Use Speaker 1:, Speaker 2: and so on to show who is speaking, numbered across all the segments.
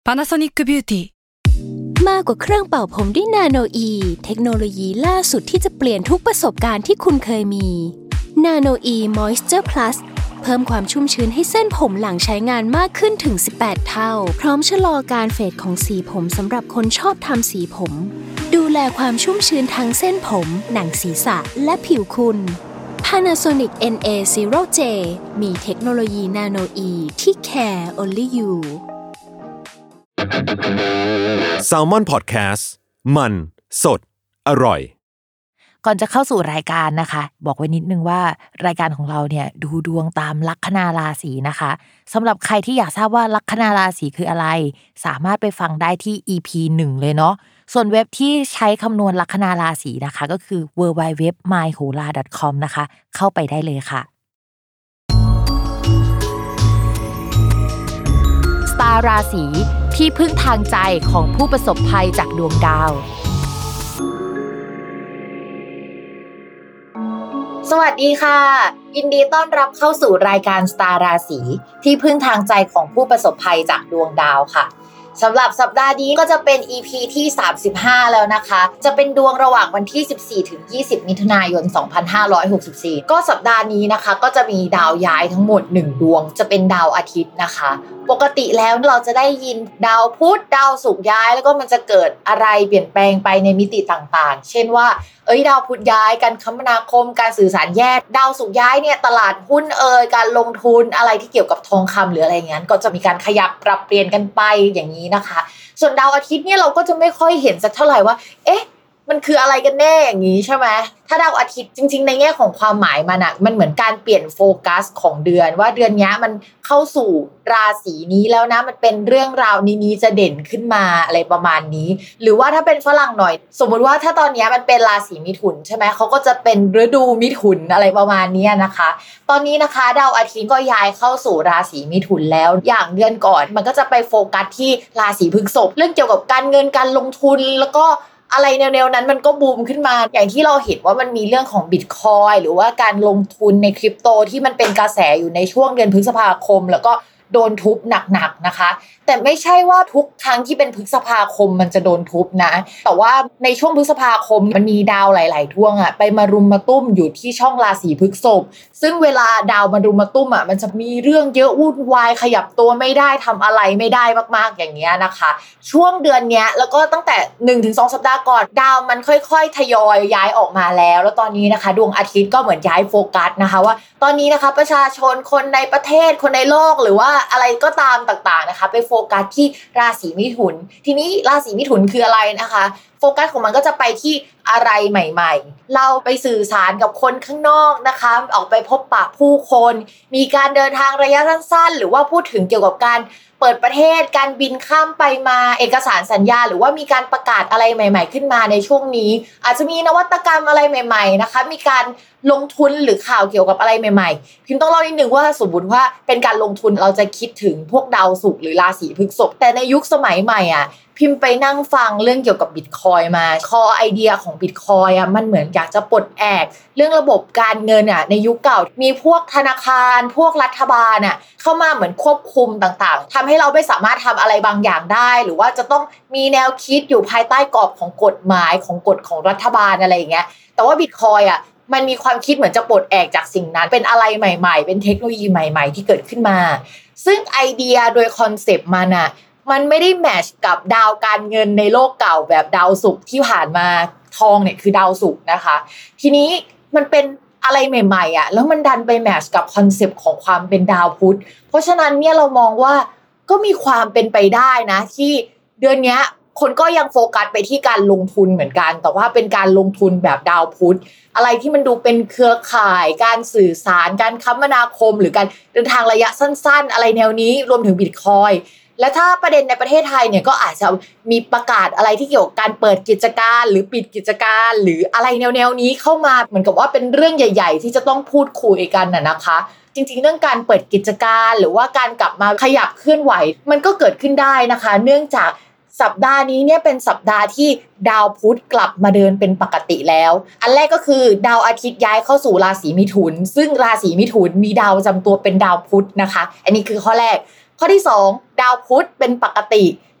Speaker 1: Panasonic Beauty
Speaker 2: มากกว่าเครื่องเป่าผมด้วยนาโนอีเทคโนโลยีล่าสุดที่จะเปลี่ยนทุกประสบการณ์ที่คุณเคยมีนาโนอีมอยส์เจอร์พลัสเพิ่มความชุ่มชื้นให้เส้นผมหลังใช้งานมากขึ้นถึง18เท่าพร้อมชะลอการเฟดของสีผมสำหรับคนชอบทำสีผมดูแลความชุ่มชื้นทั้งเส้นผมหนังศีรษะและผิวคุณ Panasonic NA0J มีเทคโนโลยีนาโนอีที่ care only you
Speaker 3: Salmon Podcast มันสดอร่อย
Speaker 4: ก่อนจะเข้าสู่รายการนะคะบอกไว้นิดนึงว่ารายการของเราเนี่ยดูดวงตามลัคนาราศีนะคะสำหรับใครที่อยากทราบว่าลัคนาราศีคืออะไรสามารถไปฟังได้ที่ EP 1 เลยเนาะส่วนเว็บที่ใช้คำนวณลัคนาราศีนะคะก็คือ www.myhola.com นะคะเข้าไปได้เลยค่ะสตาร์ราศีที่พึ่งทางใจของผู้ประสบภัยจากดวงดาวสวัสดีค่ะยินดีต้อนรับเข้าสู่รายการสตาร์ราศีที่พึ่งทางใจของผู้ประสบภัยจากดวงดาวค่ะสำหรับสัปดาห์นี้ก็จะเป็น EP ที่35แล้วนะคะจะเป็นดวงระหว่างวันที่14ถึง20มิถุนายน2564ก็สัปดาห์นี้นะคะก็จะมีดาวย้ายทั้งหมด1ดวงจะเป็นดาวอาทิตย์นะคะปกติแล้วเราจะได้ยินดาวพุธดาวศุกร์ย้ายแล้วก็มันจะเกิดอะไรเปลี่ยนแปลงไปในมิติต่างๆเช่นว่าดาวพุธย้ายการคมนาคมการสื่อสารแยกดาวศุกร์ย้ายเนี่ยตลาดหุ้นการลงทุนอะไรที่เกี่ยวกับทองคำหรืออะไรอย่างนั้นก็จะมีการขยับปรับเปลี่ยนกันไปอย่างนี้นะคะส่วนดาวอาทิตย์เนี่ยเราก็จะไม่ค่อยเห็นสักเท่าไหร่ว่ามันคืออะไรกันแน่อย่างนี้ใช่ไหมถ้าดาวอาทิตย์จริงๆในแง่ของความหมายมันเหมือนการเปลี่ยนโฟกัสของเดือนว่าเดือนนี้มันเข้าสู่ราศีนี้แล้วนะมันเป็นเรื่องราวนี้จะเด่นขึ้นมาอะไรประมาณนี้หรือว่าถ้าเป็นฝรั่งหน่อยสมมุติว่าถ้าตอนนี้มันเป็นราศีมิถุนใช่ไหมเขาก็จะเป็นฤดูมิถุนอะไรประมาณนี้นะคะตอนนี้นะคะดาวอาทิตย์ก็ย้ายเข้าสู่ราศีมิถุนแล้วอย่างเดือนก่อนมันก็จะไปโฟกัสที่ราศีพฤษภเรื่องเกี่ยวกับการเงินการลงทุนแล้วก็อะไรแนวๆนั้นมันก็บูมขึ้นมาอย่างที่เราเห็นว่ามันมีเรื่องของ Bitcoin หรือว่าการลงทุนในคริปโตที่มันเป็นกระแสอยู่ในช่วงเดือนพฤษภาคมแล้วก็โดนทุบหนักๆนะคะแต่ไม่ใช่ว่าทุกครั้งที่เป็นพฤษภาคมมันจะโดนทุบนะแต่ว่าในช่วงพฤษภาคมมันมีดาวหลายๆดวงไปมารุมมาตุ้มอยู่ที่ช่องราศีพฤษภซึ่งเวลาดาวมารุมมาตุ้มมันจะมีเรื่องเยอะวุ่นวายขยับตัวไม่ได้ทำอะไรไม่ได้มากๆอย่างเงี้ยนะคะช่วงเดือนเนี้ยแล้วก็ตั้งแต่ 1-2 สัปดาห์ก่อนดาวมันค่อยๆทยอยย้ายออกมาแล้วตอนนี้นะคะดวงอาทิตย์ก็เหมือนย้ายโฟกัสนะคะว่าตอนนี้นะคะประชาชนคนในประเทศคนในโลกหรือว่าอะไรก็ตามต่างๆนะคะไปโฟกัสที่ราศีมิถุนทีนี้ราศีมิถุนคืออะไรนะคะโฟกัสของมันก็จะไปที่อะไรใหม่ๆเราไปสื่อสารกับคนข้างนอกนะคะออกไปพบปะผู้คนมีการเดินทางระยะสั้นๆหรือว่าพูดถึงเกี่ยวกับการเปิดประเทศการบินข้ามไปมาเอกสารสัญญาหรือว่ามีการประกาศอะไรใหม่ๆขึ้นมาในช่วงนี้อาจจะมีนวัตกรรมอะไรใหม่ๆนะคะมีการลงทุนหรือข่าวเกี่ยวกับอะไรใหม่ๆพิมพ์ต้องเล่านิดนึงว่าสมมุติว่าเป็นการลงทุนเราจะคิดถึงพวกดาวศุกร์หรือราศีพฤษภแต่ในยุคสมัยใหม่พิมพ์ไปนั่งฟังเรื่องเกี่ยวกับ Bitcoin มาคอไอเดียของ Bitcoin มันเหมือนอยากจะปลดแอกเรื่องระบบการเงินในยุคเก่ามีพวกธนาคารพวกรัฐบาลเข้ามาเหมือนควบคุมต่างๆทำให้เราไม่สามารถทำอะไรบางอย่างได้หรือว่าจะต้องมีแนวคิดอยู่ภายใต้กรอบของกฎหมายของกฎของรัฐบาลอะไรอย่างเงี้ยแต่ว่า Bitcoin มันมีความคิดเหมือนจะปลดแอกจากสิ่งนั้นเป็นอะไรใหม่ๆเป็นเทคโนโลยีใหม่ๆที่เกิดขึ้นมาซึ่งไอเดียโดยคอนเซปต์มันไม่ได้แมทช์กับดาวการเงินในโลกเก่าแบบดาวศุกร์ที่ผ่านมาทองเนี่ยคือดาวศุกร์นะคะทีนี้มันเป็นอะไรใหม่ๆแล้วมันดันไปแมทช์กับคอนเซปต์ของความเป็นดาวพุธเพราะฉะนั้นเนี่ยเรามองว่าก็มีความเป็นไปได้นะที่เดือนนี้คนก็ยังโฟกัสไปที่การลงทุนเหมือนกันแต่ว่าเป็นการลงทุนแบบดาวพุธอะไรที่มันดูเป็นเครือข่ายการสื่อสารการคมนาคมหรือการเดินทางระยะสั้นๆอะไรแนวนี้รวมถึง Bitcoinและถ้าประเด็นในประเทศไทยเนี่ยก็อาจจะมีประกาศอะไรที่เกี่ยวกับการเปิดกิจการหรือปิดกิจการหรืออะไรแนวๆนี้เข้ามาเหมือนกับว่าเป็นเรื่องใหญ่ๆที่จะต้องพูดคุยกันนะคะจริงๆเรื่องการเปิดกิจการหรือว่าการกลับมาขยับเคลื่อนไหวมันก็เกิดขึ้นได้นะคะเนื่องจากสัปดาห์นี้เนี่ยเป็นสัปดาห์ที่ดาวพุธกลับมาเดินเป็นปกติแล้วอันแรกก็คือดาวอาทิตย์ย้ายเข้าสู่ราศีมิถุนซึ่งราศีมิถุนมีดาวประจำตัวเป็นดาวพุธนะคะอันนี้คือข้อแรก ข้อที่2ดาวพุธเป็นปกติ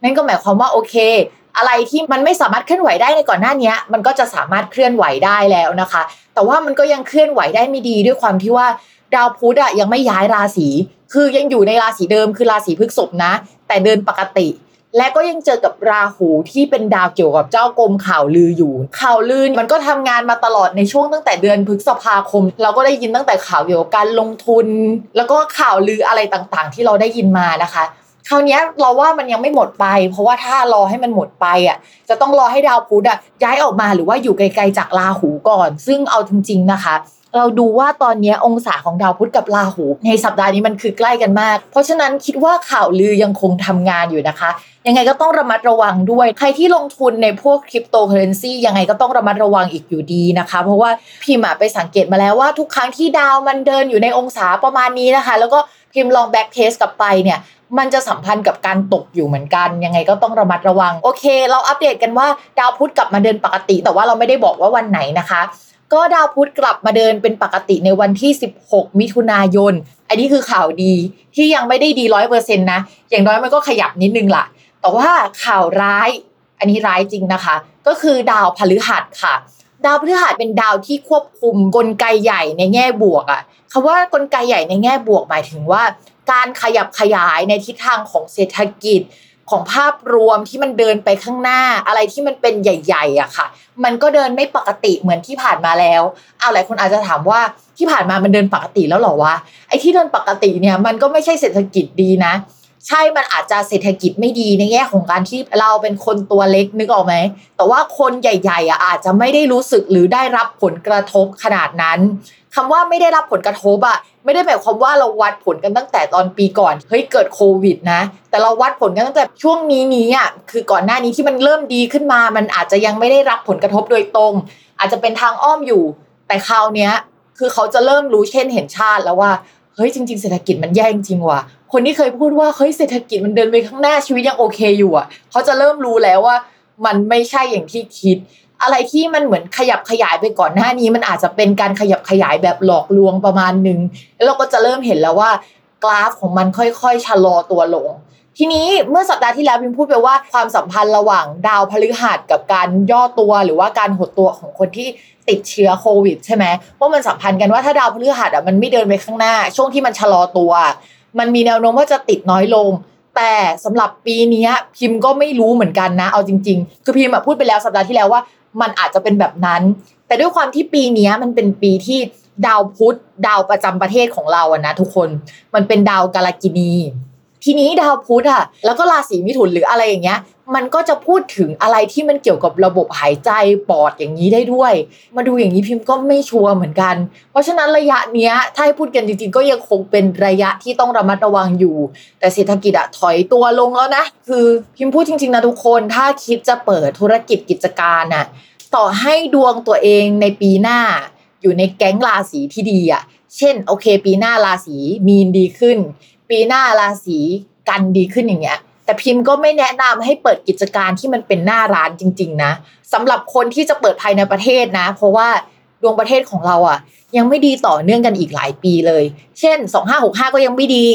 Speaker 4: นั่นก็หมายความว่าโอเคอะไรที่มันไม่สามารถเคลื่อนไหวได้ในก่อนหน้านี้มันก็จะสามารถเคลื่อนไหวได้แล้วนะคะแต่ว่ามันก็ยังเคลื่อนไหวได้ไม่ดีด้วยความที่ว่าดาวพุธยังไม่ย้ายราศีคือยังอยู่ในราศีเดิมคือราศีพฤษภนะแต่เดินปกติและก็ยังเจอกับราหูที่เป็นดาวเกี่ยวกับเจ้ากรมข่าวลืออยู่ข่าวลือมันก็ทำงานมาตลอดในช่วงตั้งแต่เดือนพฤษภาคมเราก็ได้ยินตั้งแต่ข่าวเกี่ยวกับการลงทุนแล้วก็ข่าวลืออะไรต่างๆที่เราได้ยินมานะคะคราวนี้เราว่ามันยังไม่หมดไปเพราะว่าถ้ารอให้มันหมดไปจะต้องรอให้ดาวพุธย้ายออกมาหรือว่าอยู่ไกลๆจากราหูก่อนซึ่งเอาจริงๆนะคะเราดูว่าตอนนี้องศาของดาวพุธกับราหูในสัปดาห์นี้มันคือใกล้กันมากเพราะฉะนั้นคิดว่าข่าวลือยังคงทำงานอยู่นะคะยังไงก็ต้องระมัดระวังด้วยใครที่ลงทุนในพวกคริปโตเคอเรนซียังไงก็ต้องระมัดระวังอีกอยู่ดีนะคะเพราะว่าพิมพ์ไปสังเกตมาแล้วว่าทุกครั้งที่ดาวมันเดินอยู่ในองศาประมาณนี้นะคะแล้วก็พิมพ์ลองแบ็กเทสกลับไปเนี่ยมันจะสัมพันธ์กับการตกอยู่เหมือนกันยังไงก็ต้องระมัดระวังโอเคเราอัปเดตกันว่าดาวพุธกลับมาเดินปกติแต่ว่าเราไม่ได้บอกว่าวันไหนนะคะก็ดาวพุธกลับมาเดินเป็นปกติในวันที่16มิถุนายนอันนี้คือข่าวดีที่ยังไม่ได้ดี 100% นะอย่างน้อยมันก็ขยับนิดนึงล่ะแต่ว่าข่าวร้ายอันนี้ร้ายจริงนะคะก็คือดาวพฤหัสค่ะดาวพฤหัสเป็นดาวที่ควบคุมกลไกใหญ่ในแง่บวกคำว่ากลไกใหญ่ในแง่บวกหมายถึงว่าการขยับขยายในทิศทางของเศรษฐกิจของภาพรวมที่มันเดินไปข้างหน้าอะไรที่มันเป็นใหญ่ๆค่ะมันก็เดินไม่ปกติเหมือนที่ผ่านมาแล้วหลายคนอาจจะถามว่าที่ผ่านมามันเดินปกติแล้วหรอวะไอ้ที่เดินปกติเนี่ยมันก็ไม่ใช่เศรษฐกิจดีนะใช่มันอาจจะเศรษฐกิจไม่ดีในแง่ของการที่เราเป็นคนตัวเล็กนึกออกไหมแต่ว่าคนใหญ่ๆอาจจะไม่ได้รู้สึกหรือได้รับผลกระทบขนาดนั้นคำว่าไม่ได้รับผลกระทบไม่ได้หมายความว่าเราวัดผลกันตั้งแต่ตอนปีก่อนเฮ้ยเกิดโควิดนะแต่เราวัดผลกันตั้งแต่ช่วงนี้คือก่อนหน้านี้ที่มันเริ่มดีขึ้นมามันอาจจะยังไม่ได้รับผลกระทบโดยตรงอาจจะเป็นทางอ้อมอยู่แต่คราวนี้คือเขาจะเริ่มรู้เช่นเห็นชาติแล้วว่าเฮ้ยจริงๆเศรษฐกิจมันแย่จริงว่ะคนที่เคยพูดว่าเฮ้ยเศรษฐกิจมันเดินไปข้างหน้าชีวิตยังโอเคอยู่เขาจะเริ่มรู้แล้วว่ามันไม่ใช่อย่างที่คิดอะไรที่มันเหมือนขยับขยายไปก่อนหน้านี้มันอาจจะเป็นการขยับขยายแบบหลอกลวงประมาณนึงแล้วเราก็จะเริ่มเห็นแล้วว่ากราฟของมันค่อยๆชะลอตัวลงทีนี้เมื่อสัปดาห์ที่แล้วพิมพูดไปว่าความสัมพันธ์ระหว่างดาวพฤหัสกับการย่อตัวหรือว่าการหดตัวของคนที่ติดเชื้อโควิดใช่ไหมว่ามันสัมพันธ์กันว่าถ้าดาวพฤหัสมันไม่เดินไปข้างหน้าช่วงที่มันชะลอตัวมันมีแนวโน้มว่าจะติดน้อยลงแต่สำหรับปีนี้พิมก็ไม่รู้เหมือนกันนะเอาจริงๆคือพิมพูดไปแล้วสัปดาห์ที่แล้วว่ามันอาจจะเป็นแบบนั้นแต่ด้วยความที่ปีนี้มันเป็นปีที่ดาวพุธดาวประจำประเทศของเรานะทุกคนมันเป็นดาวกาลกินีทีนี้ดาวพุธแล้วก็ราศีมิถุนหรืออะไรอย่างเงี้ยมันก็จะพูดถึงอะไรที่มันเกี่ยวกับระบบหายใจปอดอย่างนี้ได้ด้วยมาดูอย่างนี้พิมพ์ก็ไม่ชัวร์เหมือนกันเพราะฉะนั้นระยะเนี้ยถ้าให้พูดกันจริงๆก็ยังคงเป็นระยะที่ต้องระมัดระวังอยู่แต่เศรษฐกิจถอยตัวลงแล้วนะคือพิมพ์พูดจริงๆนะทุกคนถ้าคิดจะเปิดธุรกิจกิจการต่อให้ดวงตัวเองในปีหน้าอยู่ในแก๊งราศีที่ดีเช่นโอเคปีหน้าราศีมีนดีขึ้นปีหน้าราศีกันดีขึ้นอย่างเงี้ยแต่พิมพ์ก็ไม่แนะนำให้เปิดกิจการที่มันเป็นหน้าร้านจริงๆนะสำหรับคนที่จะเปิดภายในประเทศนะเพราะว่าดวงประเทศของเรายังไม่ดีต่อเนื่องกันอีกหลายปีเลยเช่น2565ก็ยังไม่ดี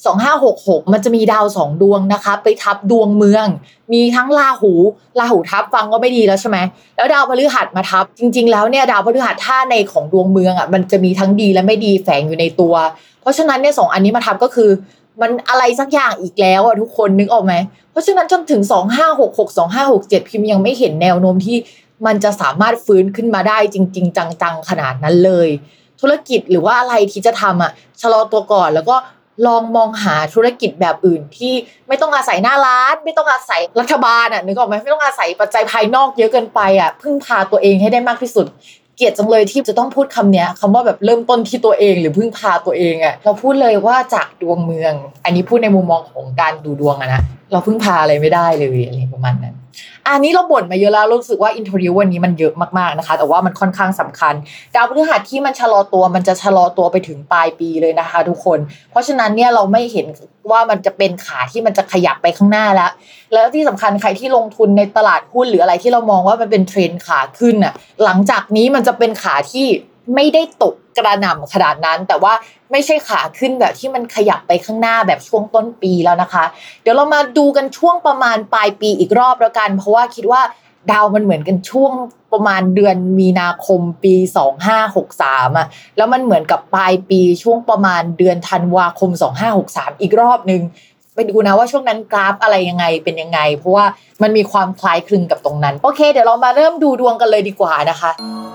Speaker 4: 2566มันจะมีดาว2ดวงนะคะไปทับดวงเมืองมีทั้งราหูทับฟังก็ไม่ดีแล้วใช่ไหมแล้วดาวพฤหัสมาทับจริงๆแล้วเนี่ยดาวพฤหัสถ้าในของดวงเมืองมันจะมีทั้งดีและไม่ดีแฝงอยู่ในตัวเพราะฉะนั้นเนี่ย2อันนี้มาทับก็คือมันอะไรสักอย่างอีกแล้วทุกคนนึกออกไหมเพราะฉะนั้นจนถึง2566 2567พิมพ์ยังไม่เห็นแนวโน้มที่มันจะสามารถฟื้นขึ้นมาได้จริงๆจังๆขนาดนั้นเลยธุรกิจหรือว่าอะไรที่จะทำชะลอตัวก่อนแล้วก็ลองมองหาธุรกิจแบบอื่นที่ไม่ต้องอาศัยหน้าร้านไม่ต้องอาศัยรัฐบาลนึกออกไหมไม่ต้องอาศัยปัจจัยภายนอกเยอะเกินไปพึ่งพาตัวเองให้ได้มากที่สุดเกลียดจังเลยที่จะต้องพูดคำนี้คำว่าแบบเริ่มต้นที่ตัวเองหรือพึ่งพาตัวเองเราพูดเลยว่าจากดวงเมืองอันนี้พูดในมุมมองของการดูดวงนะเราพึ่งพาอะไรไม่ได้เลยอะไรประมาณนั้นอันนี้เราบ่นมาเยอะแล้วรู้สึกว่าอินโทรดิววันนี้มันเยอะมากๆนะคะแต่ว่ามันค่อนข้างสำคัญดาวพฤหัสที่มันชะลอตัวมันจะชะลอตัวไปถึงปลายปีเลยนะคะทุกคนเพราะฉะนั้นเนี่ยเราไม่เห็นว่ามันจะเป็นขาที่มันจะขยับไปข้างหน้าแล้วที่สำคัญใครที่ลงทุนในตลาดหุ้นหรืออะไรที่เรามองว่ามันเป็นเทรนด์ขาขึ้นหลังจากนี้มันจะเป็นขาที่ไม่ได้ตกกระหน่ำขนาดนั้นแต่ว่าไม่ใช่ขาขึ้นแบบที่มันขยับไปข้างหน้าแบบช่วงต้นปีแล้วนะคะเดี๋ยวเรามาดูกันช่วงประมาณปลายปีอีกรอบแล้วกันเพราะว่าคิดว่าดาวมันเหมือนกันช่วงประมาณเดือนมีนาคมปี2563อ่ะแล้วมันเหมือนกับปลายปีช่วงประมาณเดือนธันวาคม2563อีกรอบนึงไปดูนะว่าช่วงนั้นกราฟอะไรยังไงเป็นยังไงเพราะว่ามันมีความคล้ายคลึงกับตรงนั้นโอเคเดี๋ยวเรามาเริ่มดูดวงกันเลยดีกว่านะคะ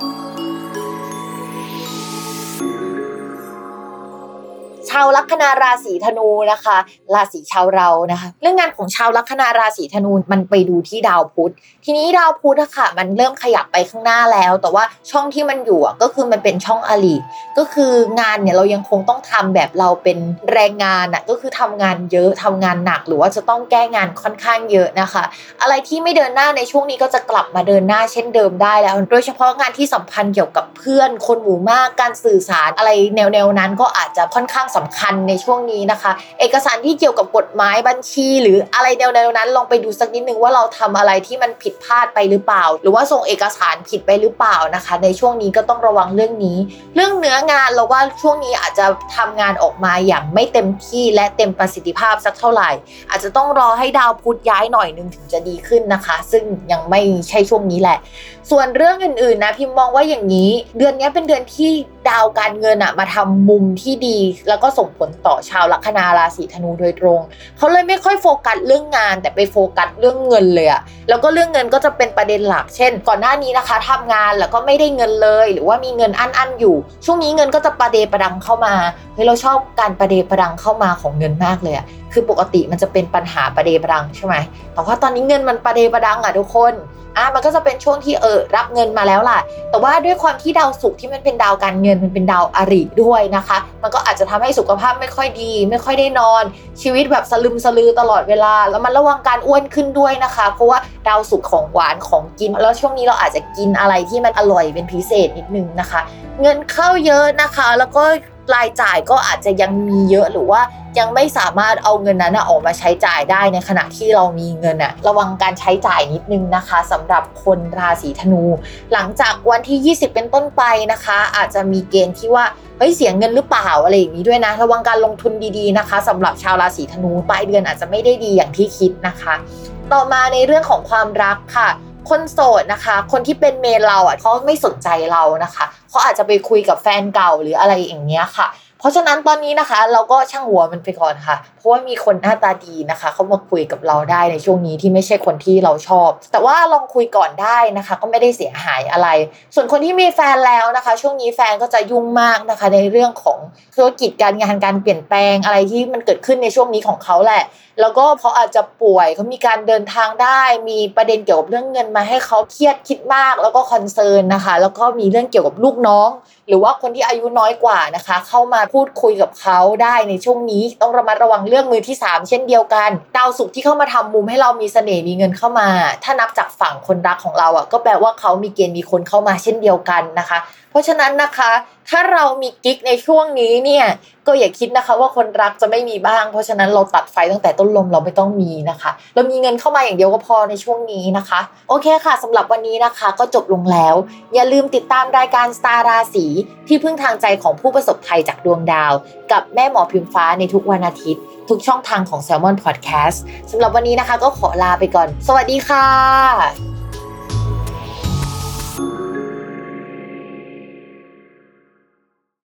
Speaker 4: ชาวลัคนาราศีธนูนะคะราศีชาวเรานะคะเรื่องงานของชาวลัคนาราศีธนูมันไปดูที่ดาวพุธทีนี้ดาวพุธอะค่ะมันเริ่มขยับไปข้างหน้าแล้วแต่ว่าช่องที่มันอยู่ก็คือมันเป็นช่องอริก็คืองานเนี่ยเรายังคงต้องทำแบบเราเป็นแรงงานอะก็คือทำงานเยอะทำงานหนักหรือว่าจะต้องแก้งานค่อนข้างเยอะนะคะอะไรที่ไม่เดินหน้าในช่วงนี้ก็จะกลับมาเดินหน้าเช่นเดิมได้แล้วโดยเฉพาะงานที่สัมพันธ์เกี่ยวกับเพื่อนคนหมู่มากการสื่อสารอะไรแนวนั้นก็อาจจะค่อนข้างสำคัญในช่วงนี้นะคะเอกสารที่เกี่ยวกับกฎหมายบัญชีหรืออะไรแนวนั้นลองไปดูสักนิดนึงว่าเราทำอะไรที่มันผิดพลาดไปหรือเปล่าหรือว่าส่งเอกสารผิดไปหรือเปล่านะคะในช่วงนี้ก็ต้องระวังเรื่องนี้เรื่องเนื้องานเราว่าช่วงนี้อาจจะทำงานออกมาอย่างไม่เต็มที่และเต็มประสิทธิภาพสักเท่าไหร่อาจจะต้องรอให้ดาวพุธย้ายหน่อยนึงถึงจะดีขึ้นนะคะซึ่งยังไม่ใช่ช่วงนี้แหละส่วนเรื่องอื่นๆนะพิมมองว่าอย่างนี้เดือนนี้เป็นเดือนที่ดาวการเงินมาทำมุมที่ดีแล้วก็ส่งผลต่อชาวลัคนาราศีธนูโดยตรงเขาเลยไม่ค่อยโฟกัสเรื่องงานแต่ไปโฟกัสเรื่องเงินเลยแล้วก็เรื่องเงินก็จะเป็นประเด็นหลักเช่นก่อนหน้านี้นะคะทำงานแล้วก็ไม่ได้เงินเลยหรือว่ามีเงินอั้นอยู่ช่วงนี้เงินก็จะประเดประดังเข้ามาเฮ้ยเราชอบการประเดประดังเข้ามาของเงินมากเลยคือปกติมันจะเป็นปัญหาประเดประดังใช่ไหมแต่ว่าตอนนี้เงินมันประเดประดังทุกคนมันก็จะเป็นช่วงที่รับเงินมาแล้วล่ะแต่ว่าด้วยความที่ดาวศุกร์ที่มันเป็นดาวการเงินมันเป็นดาวอริด้วยนะคะมันก็อาจจะทำให้สุขภาพไม่ค่อยดีไม่ค่อยได้นอนชีวิตแบบสลึมสลือตลอดเวลาแล้วมันระวังการอ้วนขึ้นด้วยนะคะเพราะว่าดาวศุกร์ของหวานของกินแล้วช่วงนี้เราอาจจะกินอะไรที่มันอร่อยเป็นพิเศษนิดนึงนะคะเงินเข้าเยอะนะคะแล้วก็รายจ่ายก็อาจจะยังมีเยอะหรือว่ายังไม่สามารถเอาเงินนั้นออกมาใช้จ่ายได้ในขณะที่เรามีเงินระวังการใช้จ่ายนิดนึงนะคะสำหรับคนราศีธนูหลังจากวันที่20เป็นต้นไปนะคะอาจจะมีเกณฑ์ที่ว่าเสียเงินหรือเปล่าอะไรอย่างนี้ด้วยนะระวังการลงทุนดีๆนะคะสำหรับชาวราศีธนูปลายเดือนอาจจะไม่ได้ดีอย่างที่คิดนะคะต่อมาในเรื่องของความรักค่ะคนโสดนะคะคนที่เป็นเมนเราเขาไม่สนใจเรานะคะเขาอาจจะไปคุยกับแฟนเก่าหรืออะไรอย่างเงี้ยค่ะเพราะฉะนั้นตอนนี้นะคะเราก็ช่างหัวมันไปก่อนค่ะเพราะว่ามีคนหน้าตาดีนะคะเขามาคุยกับเราได้ในช่วงนี้ที่ไม่ใช่คนที่เราชอบแต่ว่าลองคุยก่อนได้นะคะก็ไม่ได้เสียหายอะไรส่วนคนที่มีแฟนแล้วนะคะช่วงนี้แฟนก็จะยุ่งมากนะคะในเรื่องของธุรกิจการงานการเปลี่ยนแปลงอะไรที่มันเกิดขึ้นในช่วงนี้ของเขาแหละแล้วก็เขาอาจจะป่วยเขามีการเดินทางได้มีประเด็นเกี่ยวกับเรื่องเงินมาให้เขาเครียดคิดมากแล้วก็คอนเซิร์นนะคะแล้วก็มีเรื่องเกี่ยวกับลูกน้องหรือว่าคนที่อายุน้อยกว่านะคะเข้ามาพูดคุยกับเขาได้ในช่วงนี้ต้องระมัดระวังเรื่องมือที่3เช่นเดียวกันดาวศุกร์ที่เข้ามาทำมุมให้เรามีเสน่ห์มีเงินเข้ามาถ้านับจากฝั่งคนรักของเราก็แปลว่าเขามีเกณฑ์มีคนเข้ามาเช่นเดียวกันนะคะเพราะฉะนั้นนะคะถ้าเรามีกิ๊กในช่วงนี้เนี่ยก็อย่าคิดนะคะว่าคนรักจะไม่มีบ้างเพราะฉะนั้นเราตัดไฟตั้งแต่ต้นลมเราไม่ต้องมีนะคะเรามีเงินเข้ามาอย่างเดียวก็พอในช่วงนี้นะคะโอเคค่ะสำหรับวันนี้นะคะก็จบลงแล้วอย่าลืมติดตามรายการสตาร์ราศีที่พึ่งทางใจของผู้ประสบภัยจากดวงดาวกับแม่หมอพิมฟ้าในทุกวันอาทิตย์ทุกช่องทางของ Salmon Podcast สำหรับวันนี้นะคะก็ขอลาไปก่อนสวัสดีค่ะ